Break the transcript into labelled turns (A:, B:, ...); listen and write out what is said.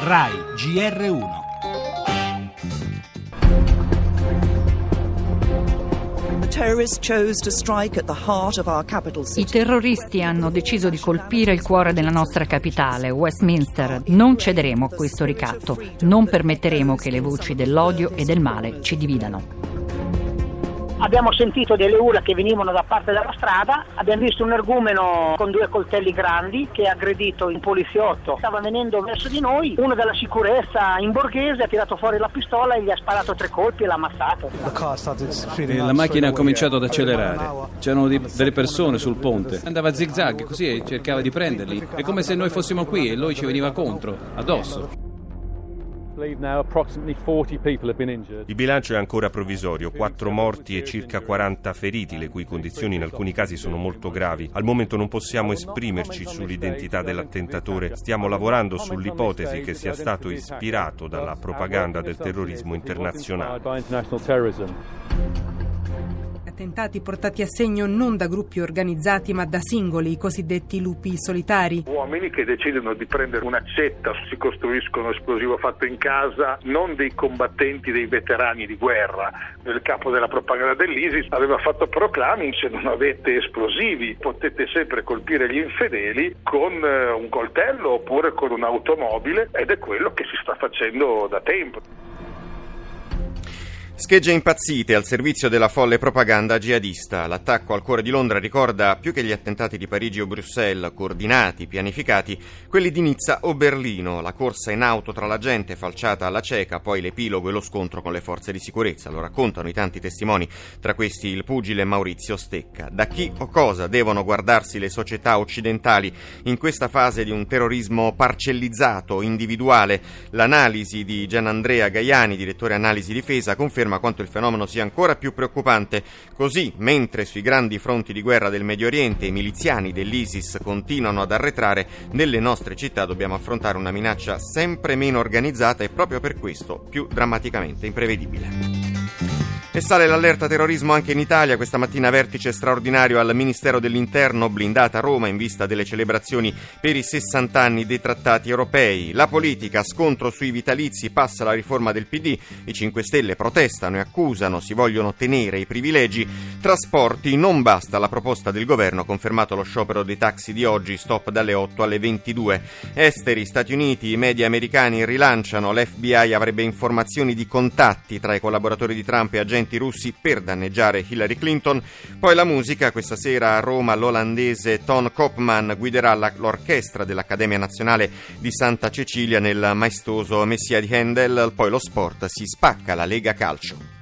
A: RAI GR1.
B: I terroristi hanno deciso di colpire il cuore della nostra capitale, Westminster. Non cederemo a questo ricatto. Non permetteremo che le voci dell'odio e del male ci dividano.
C: Abbiamo sentito delle urla che venivano da parte della strada, abbiamo visto un energumeno con 2 coltelli grandi che ha aggredito un poliziotto, stava venendo verso di noi, uno della sicurezza in borghese ha tirato fuori la pistola e gli ha sparato 3 colpi e l'ha ammazzato.
D: La macchina ha cominciato ad accelerare, c'erano delle persone sul ponte, andava a zig-zag così e cercava di prenderli, è come se noi fossimo qui e lui ci veniva contro, addosso.
E: Il bilancio è ancora provvisorio, 4 morti e circa 40 feriti, le cui condizioni in alcuni casi sono molto gravi. Al momento non possiamo esprimerci sull'identità dell'attentatore, stiamo lavorando sull'ipotesi che sia stato ispirato dalla propaganda del terrorismo internazionale.
F: Attentati portati a segno non da gruppi organizzati ma da singoli, i cosiddetti lupi solitari.
G: Uomini che decidono di prendere un'accetta, si costruiscono esplosivo fatto in casa, non dei combattenti, dei veterani di guerra. Il capo della propaganda dell'ISIS aveva fatto proclami: se non avete esplosivi potete sempre colpire gli infedeli con un coltello oppure con un'automobile, ed è quello che si sta facendo da tempo.
E: Schegge impazzite al servizio della folle propaganda jihadista. L'attacco al cuore di Londra ricorda, più che gli attentati di Parigi o Bruxelles, coordinati, pianificati, quelli di Nizza o Berlino, la corsa in auto tra la gente falciata alla cieca, poi l'epilogo e lo scontro con le forze di sicurezza. Lo raccontano i tanti testimoni, tra questi il pugile Maurizio Stecca. Da chi o cosa devono guardarsi le società occidentali in questa fase di un terrorismo parcellizzato, individuale? L'analisi di Gianandrea Gaiani, direttore analisi difesa, conferma quanto il fenomeno sia ancora più preoccupante. Così, mentre sui grandi fronti di guerra del Medio Oriente i miliziani dell'ISIS continuano ad arretrare, nelle nostre città dobbiamo affrontare una minaccia sempre meno organizzata e proprio per questo più drammaticamente imprevedibile. E sale l'allerta terrorismo anche in Italia. Questa mattina vertice straordinario al Ministero dell'Interno, blindata Roma in vista delle celebrazioni per i 60 anni dei trattati europei. La politica, scontro sui vitalizi, passa la riforma del PD, i 5 Stelle protestano e accusano, si vogliono tenere i privilegi. Trasporti, non basta la proposta del governo, confermato lo sciopero dei taxi di oggi, stop dalle 8 alle 22. Esteri, Stati Uniti, i media americani rilanciano, l'FBI avrebbe informazioni di contatti tra i collaboratori di Trump e agenti russi per danneggiare Hillary Clinton. Poi la musica, questa sera a Roma l'olandese Ton Koopman guiderà l'orchestra dell'Accademia Nazionale di Santa Cecilia nel maestoso Messia di Handel. Poi lo sport, si spacca la Lega Calcio.